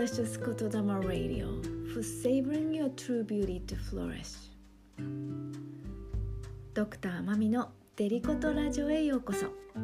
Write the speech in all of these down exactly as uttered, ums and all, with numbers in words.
Precious 言霊 Radio for savoring your true beauty to flourish。 ドクターまみのデリコトラジオへようこそ。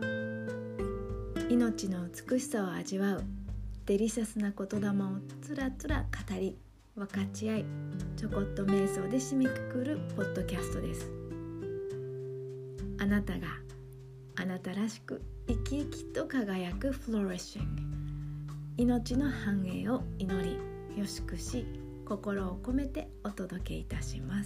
命の美しさを味わうデリシャスな言霊をつらつら語り分かち合い、ちょこっと瞑想で締めくくるポッドキャストです。あなたがあなたらしく生き生きと輝くフローリッシング、命の繁栄を祈りよしくし、心を込めてお届けいたします。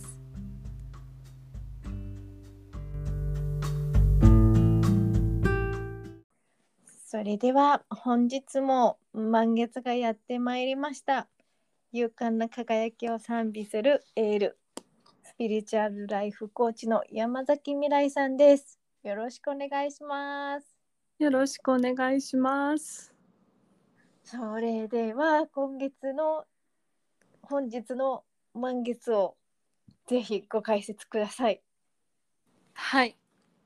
それでは本日も満月がやってまいりました。勇敢な輝きを賛美するエールスピリチュアルライフコーチの山崎未来さんです。よろしくお願いします。 よろしくお願いします。 それでは今月の本日の満月をぜひご解説ください。 はい、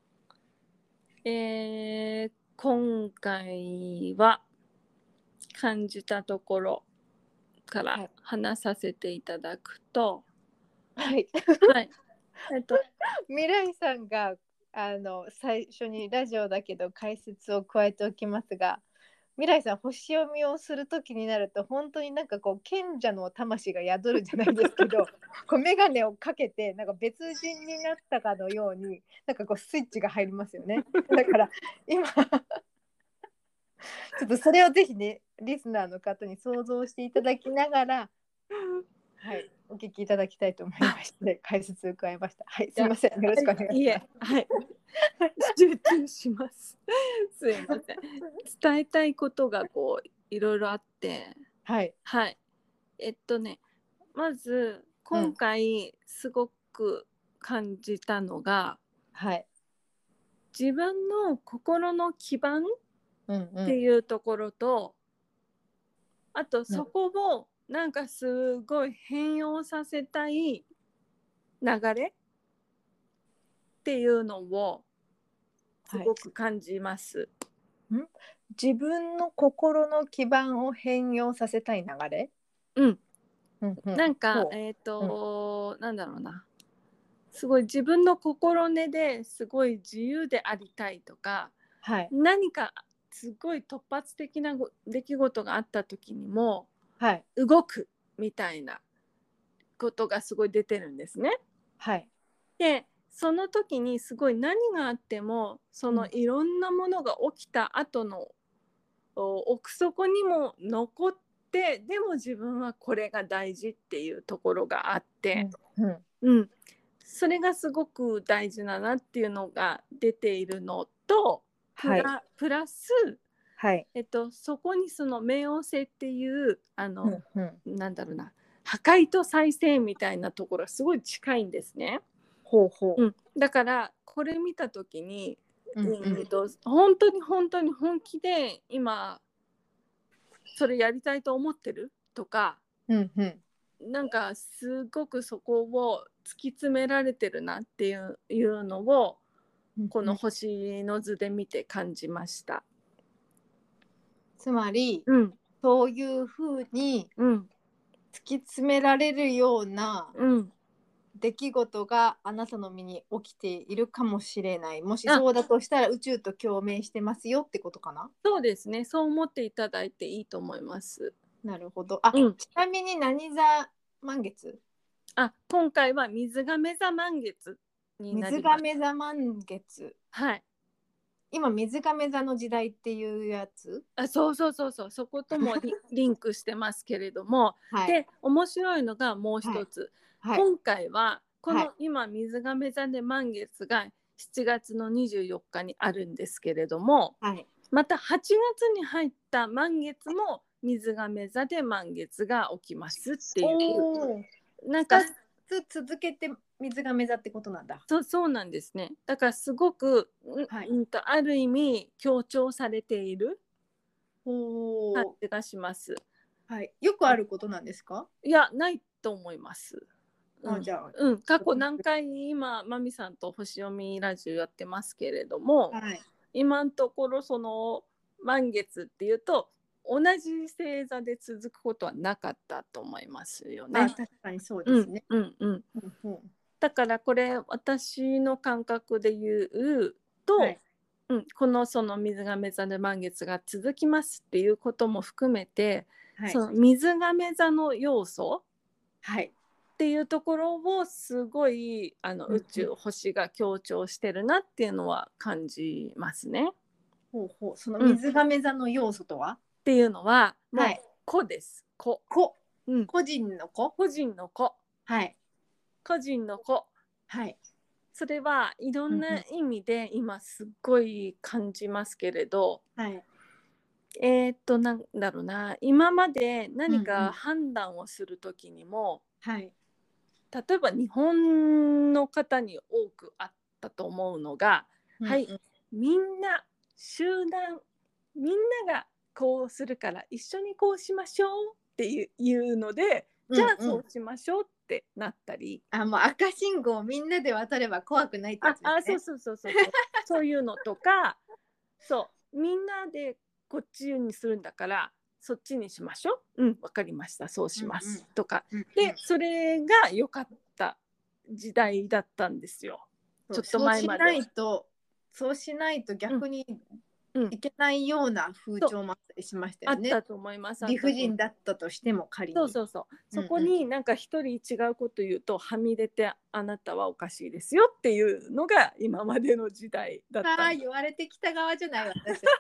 えー、今回は感じたところから話させていただくと、 はい、 はい、えっと未来さんがあの最初にラジオだけど解説を加えておきますが、未来さん星読みをするときになると本当になんかこう賢者の魂が宿るじゃないですけどこう眼鏡をかけてなんか別人になったかのようになんかこうスイッチが入りますよね。だから今ちょっとそれをぜひねリスナーの方に想像していただきながら、はい、お聞きいただきたいと思いまして解説を加えました。はい、すみません、よろしくお願いします。 いえ、はい、集中します。すいません。伝えたいことがこういろいろあって、 はい、 はい、えっとね、まず今回すごく感じたのが、 うん、はい、 自分の心の基盤っていうところと、うんうん、あとそこをなんかすごい変容させたい流れっていうのをすごく感じます。 はい、ん自分の心の基盤を変容させたい流れ、 うんうんうん、 なんかえっと、うん、なんだろうな、すごい自分の心根ですごい自由でありたいとか、はい、何かすごい突発的な出来事があった時にも、はい、動くみたいなことがすごい出てるんですね。はい、でその時にすごい何があってもそのいろんなものが起きた後の、うん、奥底にも残って、でも自分はこれが大事っていうところがあって、うんうんうん、それがすごく大事だなっていうのが出ているのと、プラ、はい、プラス、はいえっと、そこにその冥王星っていうあの、うんうん、なんだろうな、破壊と再生みたいなところがすごい近いんですね。ほうほう、うん、だからこれ見た時に、うんうんえっと、本当に本当に本気で今それやりたいと思ってるとか、うんうん、なんかすごくそこを突き詰められてるなっていう、いうのをこの星の図で見て感じました。 つまり、うん、そういうふうに突き詰められるような出来事があなたの身に起きているかもしれない。もしそうだとしたら宇宙と共鳴してますよってことかな。 そうですね、そう思っていただいていいと思います。 なるほど。あ、うん、ちなみに何座満月？ あ、今回は水亀座満月になります。 水亀座満月。 はい。 今水亀座の時代っていうやつ？ あ、そうそうそうそう、そことも リ, リンクしてますけれども、はい、で面白いのがもう一つ、はいはい、今回はこの今水亀座で満月がしちがつのにじゅうよっかにあるんですけれども、はい、またはちがつに入った満月も水亀座で満月が起きますっていう、 なんか続けて水亀座ってことなんだ。 そう、そうなんですね。だからすごく、はい、うんとある意味強調されている感じがします。 はい、よくあることなんですか？ いや、ないと思います。うん、 あ、じゃあ、 うん、過去何回今マミさんと星読みラジオやってますけれども、はい、今のところその満月っていうと同じ星座で続くことはなかったと思いますよね。 あ、確かにそうですね。 うんうんうんうん、だからこれ私の感覚で言うと、はい、うん、このその水亀座で満月が続きますっていうことも含めて、はい、その水亀座の要素、はい、っていうところをすごいあの宇宙、うんうん、星が強調してるなっていうのは感じますね。 ほうほう、その水亀座の要素とは、うん、 っていうのはもう子です。子。 子、うん、個人の子。 個人の子。はい。個人の子。はい。それはいろんな意味で今すっごい感じますけれど、はい、えー、っとなんだろうな、今まで何か判断をする時にも、うんうん、はい、例えば日本の方に多くあったと思うのが、うんうん、はい、みんな集団、みんながこうするから一緒にこうしましょうっていうので、じゃあそうしましょうってなったり、 うんうん、あ、もう赤信号をみんなで渡れば怖くないってやつですね。 ああ、そうそうそうそうそういうのとか、そうみんなでこっちにするんだからそっちにしましょう、うん、わかりました、そうします、うんうん、とか、うんうん、でそれが良かった時代だったんですよ。ちょっと前まで。 そうしないとそうしないと逆にいけないような風潮もあったりしましたよね。 あったと思います。 理不尽だったとしても仮に。 そうそうそう。そこになんか一人違うこと言うと、はみ出てあなたはおかしいですよっていうのが今までの時代だった。 ああ、言われてきた側じゃない私。 そう、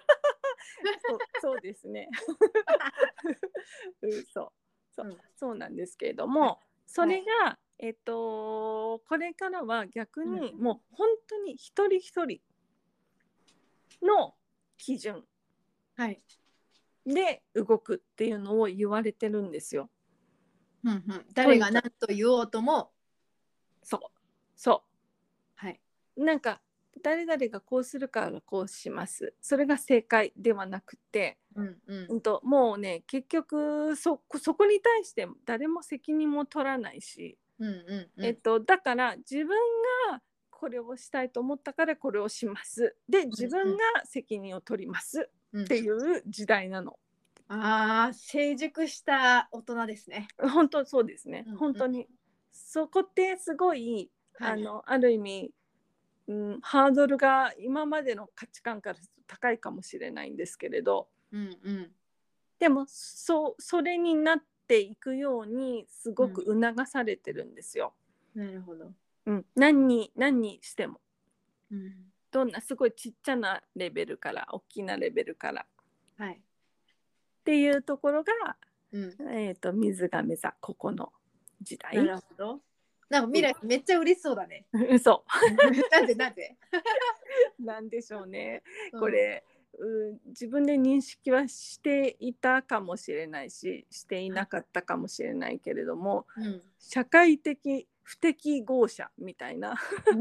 そうですね。うん、そうそう、うん、そうなんですけれども、はい、それが、はい、えっとこれからは逆にもう本当に一人一人の基準、はい、で動くっていうのを言われてるんですよ。 うんうん、誰が何と言おうとも。 そうそう、はい、なんか誰々がこうするからこうします、それが正解ではなくて、うんうんうん、ともうね結局 そ, そこに対して誰も責任も取らないし、うんうんうん、えっと、だから自分がこれをしたいと思ったからこれをします、で自分が責任を取りますっていう時代なの。 うんうん、ああ、成熟した大人ですね。 本当そうですね、うんうん、本当にそこってすごい、はい、あのある意味、うん、ハードルが今までの価値観からすると高いかもしれないんですけれど、うんうん、でも そ, それになっていくようにすごく促されてるんですよ。 うん、なるほど、 うん、何に何にしても、うん、どんなすごいちっちゃなレベルから大きなレベルから、はい、っていうところが、うん、えーと、水亀座ここの時代。 なるほど。なんか未来めっちゃ嬉しそうだね。 嘘。 なんでなんでなんでしょうね。これ、うん、自分で認識はしていたかもしれないし、していなかったかもしれないけれども、うん、社会的不適合者みたいな。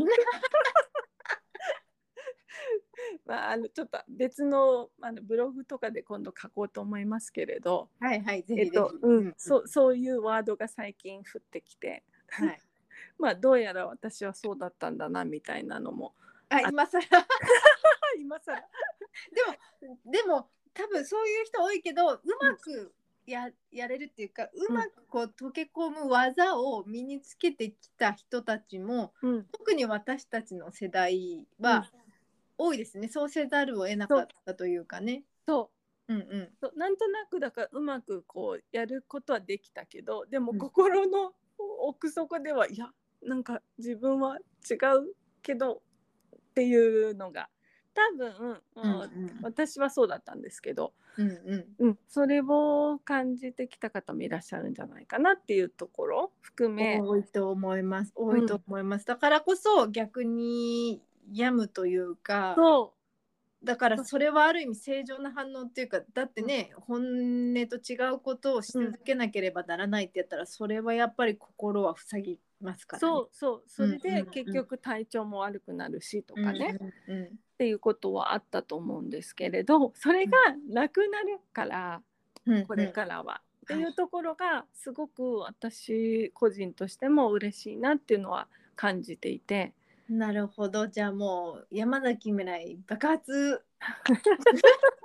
まあ、あのちょっと別の、あのブログとかで今度書こうと思いますけれど、 はいはい、ぜひぜひ、 えっとうんうん、そ, そういうワードが最近降ってきて、はい、まあどうやら私はそうだったんだなみたいなのも。 あ、今更今更でもでも多分そういう人多いけど、うまくや、うん、やれるっていうか、うまくこう溶け込む技を身につけてきた人たちも、うん、特に私たちの世代は多いですね、うん、そうせざるを得なかったというかね。 そう、うんうん、そうなんとなくだからうまくこうやることはできたけど、でも心の奥底では、うん、いやなんか自分は違うけどっていうのが多分、うんうん、私はそうだったんですけど、うんうんうん、それを感じてきた方もいらっしゃるんじゃないかなっていうところ含め、 多いと思います多いと思います、うん、だからこそ逆に病むというか、そうだからそれはある意味正常な反応っていうか、だってね、うん、本音と違うことをし続けなければならないってやったら、それはやっぱり心は塞ぎますからね。 そうそう、それで結局体調も悪くなるしとかね、うんうんうん、っていうことはあったと思うんですけれど、それがなくなるから、うん、これからは、うんうん、っていうところがすごく私個人としても嬉しいなっていうのは感じていて。 なるほど、じゃあもう山崎未来爆発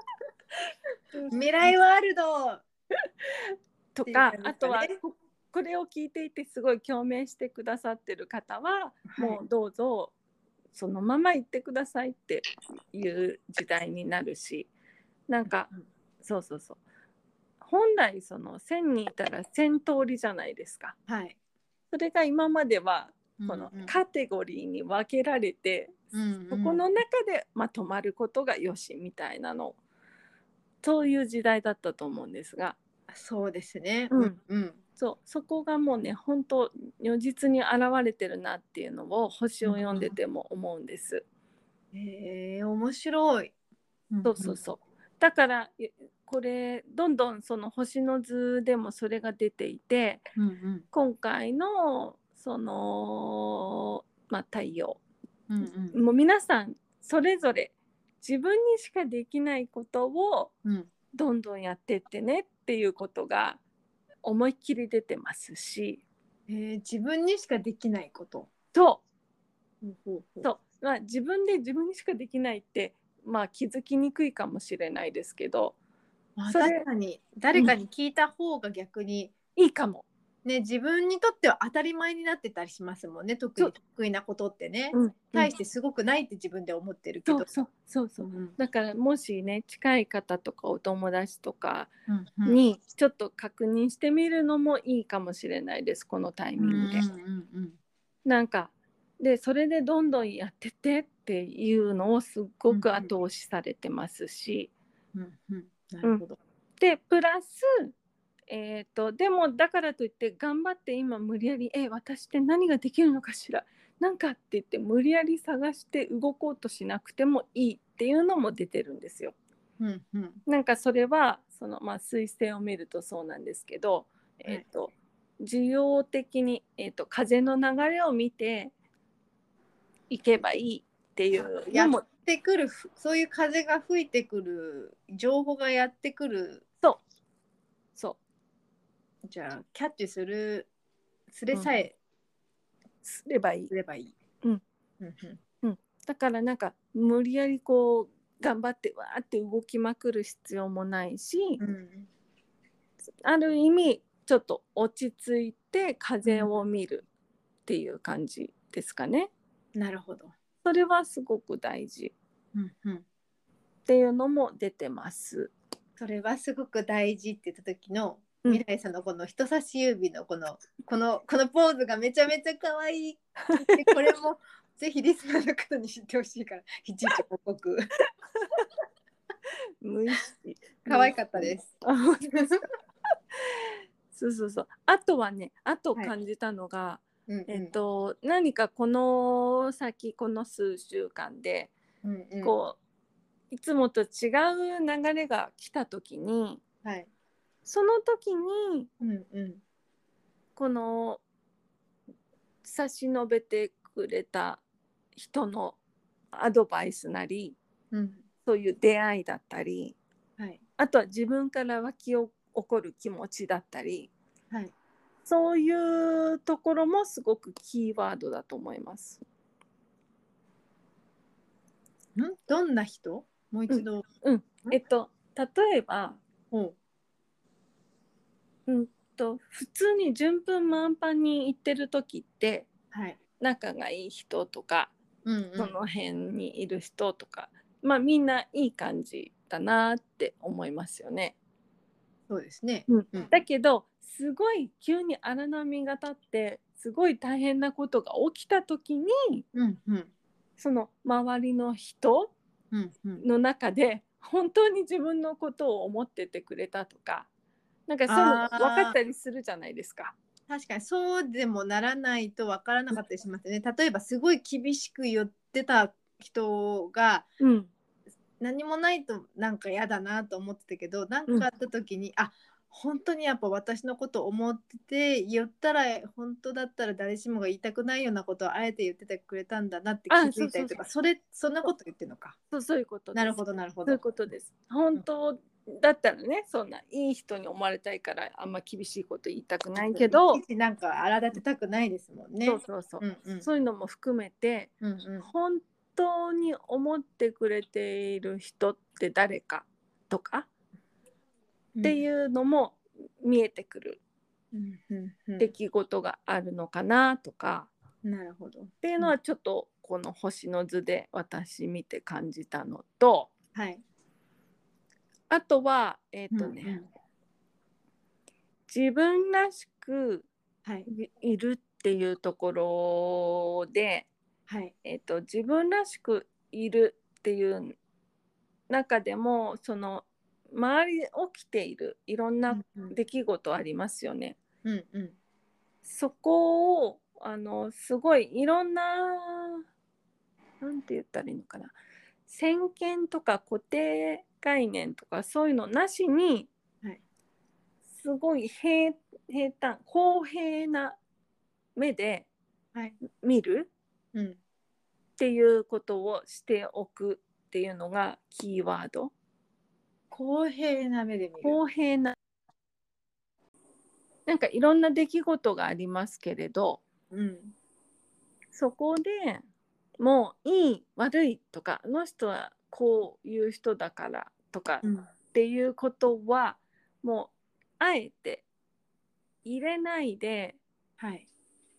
未来ワールドとか、あとはここれを聞いていてすごい共鳴してくださってる方は、はい、もうどうぞそのまま言ってくださいっていう時代になるし、なんか、うん、そうそうそう、本来そのせんにんいたらせん通りじゃないですか、はい、それが今まではこのカテゴリーに分けられて、うんうん、そこの中でまとまることがよしみたいなの、そういう時代だったと思うんですが、 そうですね、 うんうん、そうそこがもうね本当如実に現れてるなっていうのを星を読んでても思うんです。 うん、へえ、面白い。 そうそうそう。だからこれどんどんその星の図でもそれが出ていて、うんうん、今回のその、まあ、太陽、うんうん、もう皆さんそれぞれ自分にしかできないことをどんどんやってってねっていうことが思いっきり出てますし、 えー、自分にしかできないことと、そう、まあ、自分で自分にしかできないって、まあ、気づきにくいかもしれないですけど、 まあ、確かに誰かに聞いた方が逆に、 うん、いいかも。 ね、自分にとっては当たり前になってたりしますもんね、特に得意なことってね、うん、対してすごくないって自分で思ってるけど、 そうそうそうそう、うん、だからもしね近い方とかお友達とかにちょっと確認してみるのもいいかもしれないです、このタイミングで、うんうんうん、なんかでそれでどんどんやってってっていうのをすっごく後押しされてますし、 うんうん、なるほど、うん、 でプラスえーと、でもだからといって頑張って今無理やりえ私って何ができるのかしらなんかって言って無理やり探して動こうとしなくてもいいっていうのも出てるんですよ。うんうん、なんかそれはその、まあ、彗星を見るとそうなんですけど、えーとはい、需要的に、えーと、風の流れを見ていけばいいっていうのもやってくる、そういう風が吹いてくる情報がやってくる、 そうそうじゃあキャッチするすれさえ、 うん、すればいい。 すればいい。 うんうんうん、だからなんか無理やりこう頑張ってわーって動きまくる必要もないし、うん、ある意味ちょっと落ち着いて風を見るっていう感じですかね。 うん、なるほど。 それはすごく大事、うんうん、っていうのも出てます。 それはすごく大事って言った時の未来さんのこの人差し指のこのこのこのポーズがめちゃめちゃ可愛いこれもぜひリスナーの方に知ってほしいからいちいち報告無意識可愛かったです。 そうそうそう。あとはね、あと感じたのが、はい、うんうん、えっと何かこの先この数週間で、うんうん、こういつもと違う流れが来た時に、はい、その時に、うんうん、この差し伸べてくれた人のアドバイスなり、うん、そういう出会いだったり、はい、あとは自分から湧き起こる気持ちだったり、はい、そういうところもすごくキーワードだと思います。 んどんな人？もう一度。 うんうん、えっと例えば、うんうんと普通に順風満帆に行ってる時って、はい、仲がいい人とか、うんうん、その辺にいる人とか、まあみんないい感じだなって思いますよね。 そうですね、 うんうん、だけどすごい急に荒波が立ってすごい大変なことが起きた時に、うんうん、その周りの人の中で本当に自分のことを思っててくれたとか、なんかそういうの分かったりするじゃないですか。 確かにそうでもならないと分からなかったりしますね。例えばすごい厳しく言ってた人が、うん、何もないとなんか嫌だなと思ってたけど、何かあった時に、うん、あ本当にやっぱ私のことを思ってて言ったら本当だったら誰しもが言いたくないようなことをあえて言っててくれたんだなって気づいたりとか、それそんなこと言ってるのか。 そうそういうことです。 なるほどなるほど。 そういうことです。本当、うんだったらね、そんないい人に思われたいからあんま厳しいこと言いたくないけど、 いちいちなんか荒立てたくないですもんね。 そうそうそう、うんうん、そういうのも含めて、うんうん、本当に思ってくれている人って誰かとかっていうのも見えてくる出来事があるのかなとか、 なるほど。 っていうのはちょっとこの星の図で私見て感じたのと、 はい、 あとはえっ、ー、とね、うんうん、自分らしくいるっていうところで、はい、えーと、自分らしくいるっていう中でもその周りで起きているいろんな出来事ありますよね。うんうん、そこをあのすごいいろんななんて言ったらいいのかな、先見とか固定概念とかそういうのなしに、はい、すごい平平坦公平な目で見るっていうことをしておくっていうのがキーワード。 公平な目で見る。 公平な、なんかいろんな出来事がありますけれど、うん、そこでもういい悪いとかあの人はこういう人だからとかっていうことは、うん、もうあえて入れないで、はい、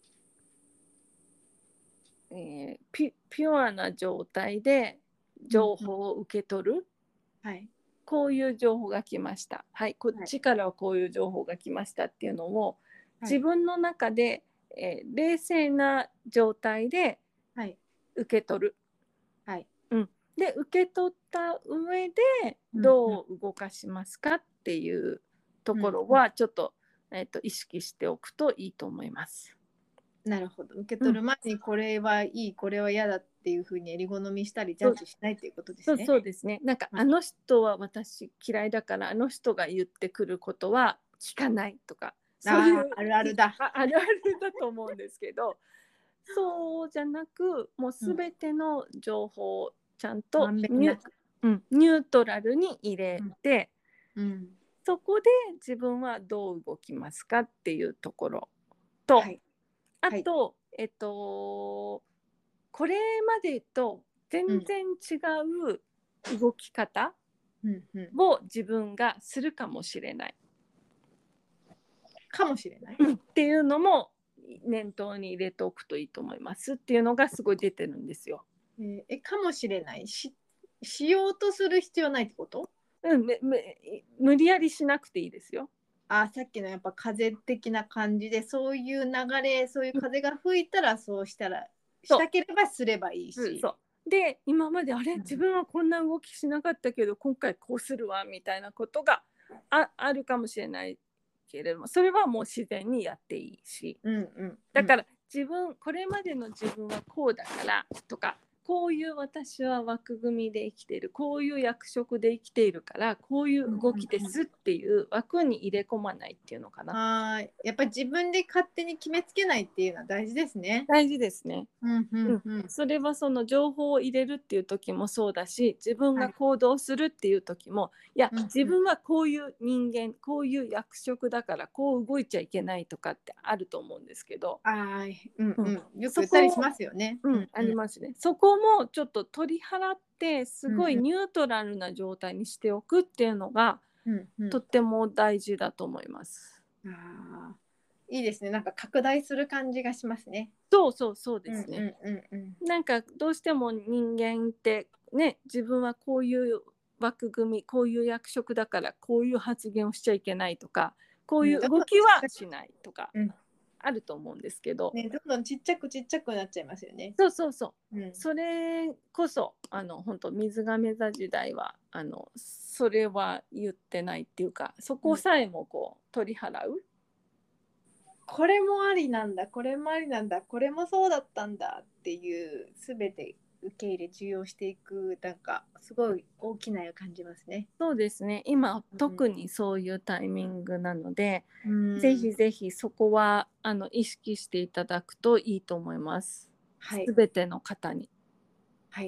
えー、ピ, ピュアな状態で情報を受け取る、うん、はい、こういう情報が来ました、はい、こっちからはこういう情報が来ましたっていうのを、はい、自分の中で、えー、冷静な状態で受け取る、はい、うん、で受け取った上でどう動かしますかっていうところはちょっと、えーと、意識しておくといいと思います。 なるほど。受け取る前にこれはいい、うん、これは嫌だっていうふうに襟好みしたりジャッジしないということですね。 そう、そうですね。なんか、はい、あの人は私嫌いだからあの人が言ってくることは聞かないとか、 そういうあるあるだあ、あるあるだと思うんですけどそうじゃなくもう全ての情報をちゃんとニュ、うん、ニュートラルに入れて、うんうん、そこで自分はどう動きますかっていうところと、はい、あと、はい、えっとこれまでと全然違う動き方を自分がするかもしれない。 かもしれない、 うん、っていうのも念頭に入れておくといいと思いますっていうのがすごい出てるんですよ。 えー、えかもしれない し, しようとする必要ないってこと？ うん、無理やりしなくていいですよ。 あ、さっきのやっぱ風的な感じでそういう流れ、そういう風が吹いたらそうしたらしたければすればいいし、 うん、そうで今まであれ自分はこんな動きしなかったけど、うん、今回こうするわみたいなことが あ, あるかもしれないけれども、それはもう自然にやっていいし、うんうん、だから自分これまでの自分はこうだからとか、こういう私は枠組みで生きている、こういう役職で生きているからこういう動きですっていう枠に入れ込まないっていうのかな。 あ、やっぱり自分で勝手に決めつけないっていうのは大事ですね。 大事ですね。うんうんうん、それはその情報を入れるっていう時もそうだし、自分が行動するっていう時も、はい、いや、うんうん、自分はこういう人間、こういう役職だからこう動いちゃいけないとかってあると思うんですけど、 あ、うんうん、よく言ったりしますよね。 うんうん、ありますね。そこもちょっと取り払ってすごいニュートラルな状態にしておくっていうのが、うんうん、とっても大事だと思います。 あ、いいですね。なんか拡大する感じがしますね。 そうそうそうですね。うんうんうんうん、なんかどうしても人間ってね、自分はこういう枠組み、こういう役職だからこういう発言をしちゃいけないとか、こういう動きはしないとか、うん、あると思うんですけど、 ね、どんどんちっちゃくちっちゃくなっちゃいますよね。 そうそうそう、うん、それこそあの本当水亀座時代はあのそれは言ってないっていうか、そこさえもこう取り払う、 これもありなんだ、これもありなんだ、これもそうだったんだっていう全て受け入れ受容していく、なんかすごい大きな絵を感じますね。 そうですね、今、うん、特にそういうタイミングなので、うん、ぜひぜひそこはあの意識していただくといいと思います。はい、全ての方に。 はい。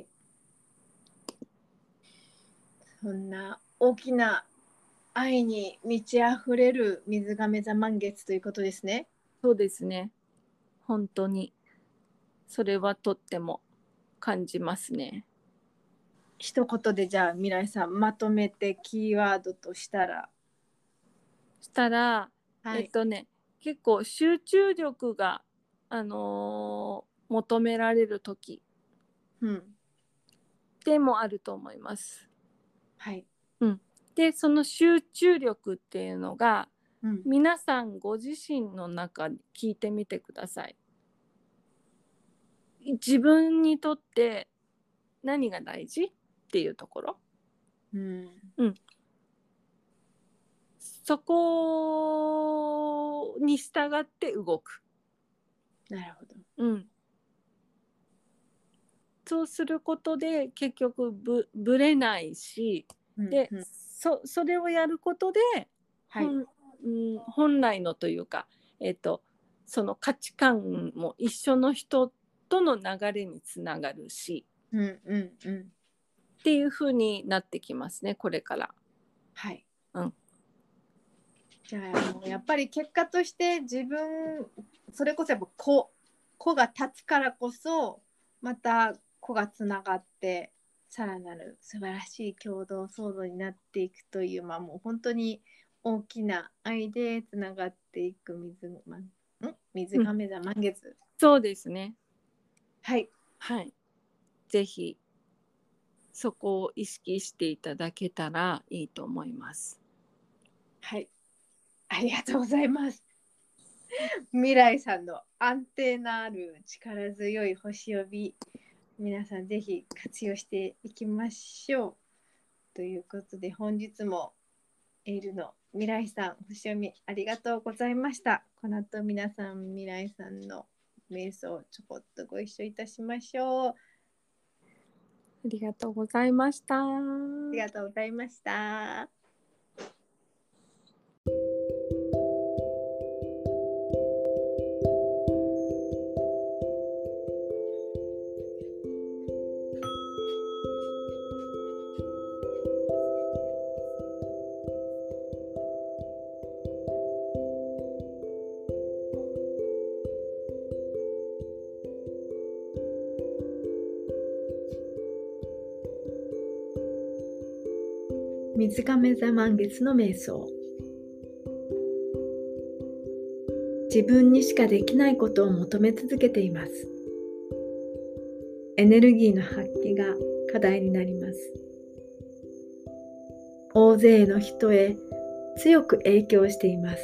そんな大きな愛に満ち溢れる水亀座満月ということですね。 そうですね。本当にそれはとっても感じますね。 一言でじゃあ未来さんまとめてキーワードとしたらしたら、 はい、 えっとね結構集中力が、あのー求められる時うんでもあると思います。 はい、 うん、でその集中力っていうのが、 うん、 皆さんご自身の中に聞いてみてください。自分にとって何が大事っていうところ、 うん、 うん、そこに従って動く。 なるほど。 うん、そうすることで結局ぶぶれないし、で、 うんうん、 そそれをやることで、 はい、 本、うん、本来のというか、えっと、その価値観も一緒の人との流れにつながるしうんうんうん、 っていう風になってきますね、これから。 はい。 うん、 じゃあもうやっぱり結果として自分それこそやっぱ子子が立つからこそまた子がつながってさらなる素晴らしい共同創造になっていくという、まあもう本当に大きな愛でつながっていく水、ま、ん水うん、 亀座満月。 そうですね。 はい。 はい。ぜひそこを意識していただけたらいいと思います。 はい。ありがとうございます。未来さんの安定のある力強い星呼び、皆さんぜひ活用していきましょう。ということで本日もエールの未来さん、星読みありがとうございました。この後皆さん未来さんの瞑想をちょこっとご一緒いたしましょう。あありがとうございました。 りがとうございました。水亀座満月の瞑想。自分にしかできないことを求め続けています。エネルギーの発揮が課題になります。大勢の人へ強く影響しています。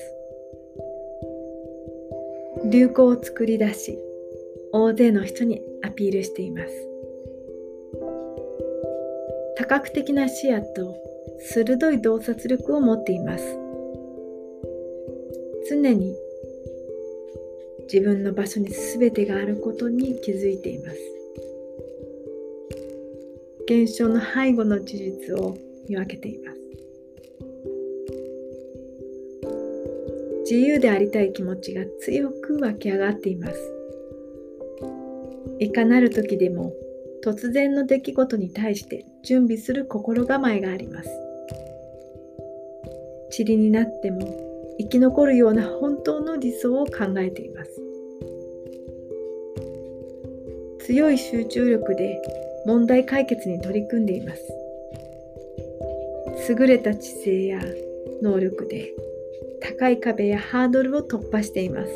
流行を作り出し、大勢の人にアピールしています。多角的な視野と鋭い洞察力を持っています。常に自分の場所に全てがあることに気づいています。現象の背後の事実を見分けています。自由でありたい気持ちが強く湧き上がっています。いかなる時でも突然の出来事に対して準備する心構えがあります。塵になっても生き残るような本当の理想を考えています。強い集中力で問題解決に取り組んでいます。優れた知性や能力で高い壁やハードルを突破しています。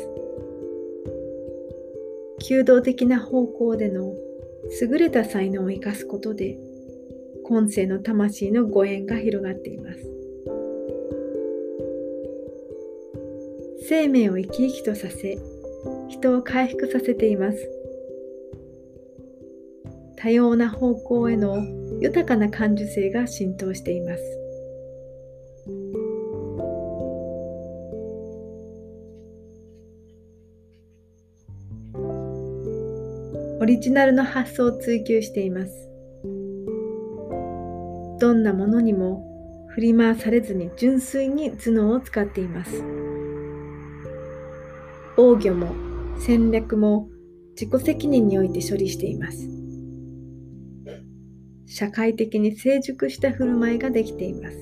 求道的な方向での優れた才能を生かすことで今世の魂のご縁が広がっています。生命を生き生きとさせ、人を回復させています。多様な方向への豊かな感受性が浸透しています。オリジナルの発想を追求しています。どんなものにも振り回されずに純粋に頭脳を使っています。防御も戦略も自己責任において処理しています。社会的に成熟した振る舞いができています。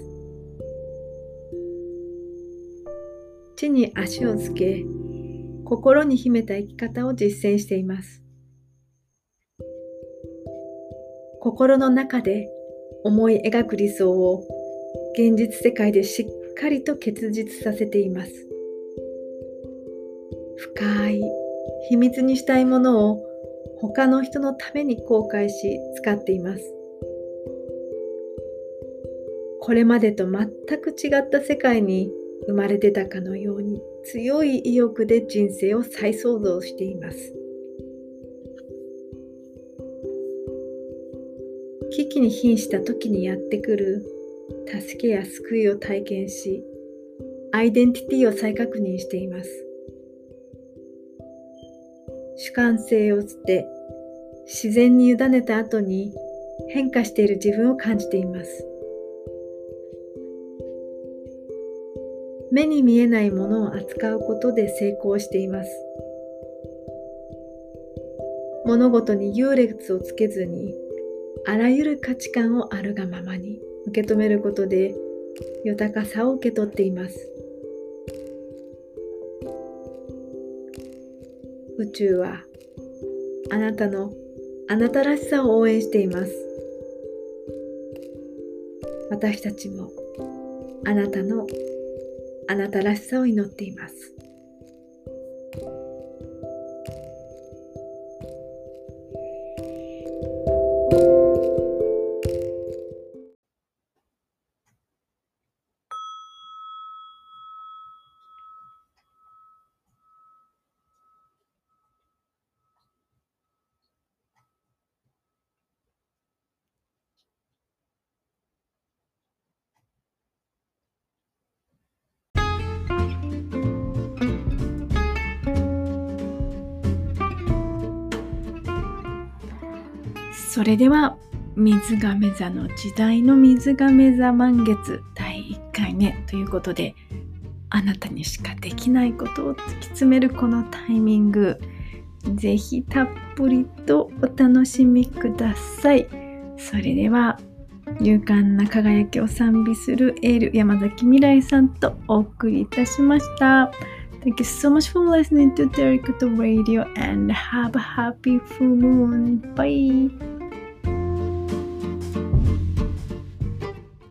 地に足をつけ、心に秘めた生き方を実践しています。心の中で思い描く理想を現実世界でしっかりと結実させています。深い秘密にしたいものを他の人のために公開し使っています。これまでと全く違った世界に生まれ出たかのように強い意欲で人生を再創造しています。危機に瀕した時にやってくる助けや救いを体験し、アイデンティティを再確認しています。主観性を捨て、自然に委ねた後に変化している自分を感じています。目に見えないものを扱うことで成功しています。物事に優劣をつけずに、あらゆる価値観をあるがままに受け止めることで豊かさを受け取っています。宇宙はあなたのあなたらしさを応援しています。私たちもあなたのあなたらしさを祈っています。それでは水亀座の時代の水亀座満月だいいっかいめということで、あなたにしかできないことを突き詰めるこのタイミング、ぜひたっぷりとお楽しみください。それでは勇敢な輝きを賛美するエール、山崎未来さんとお送りいたしました。Thank you so much for listening to Terikoto Radio and have a happy full moon. Bye!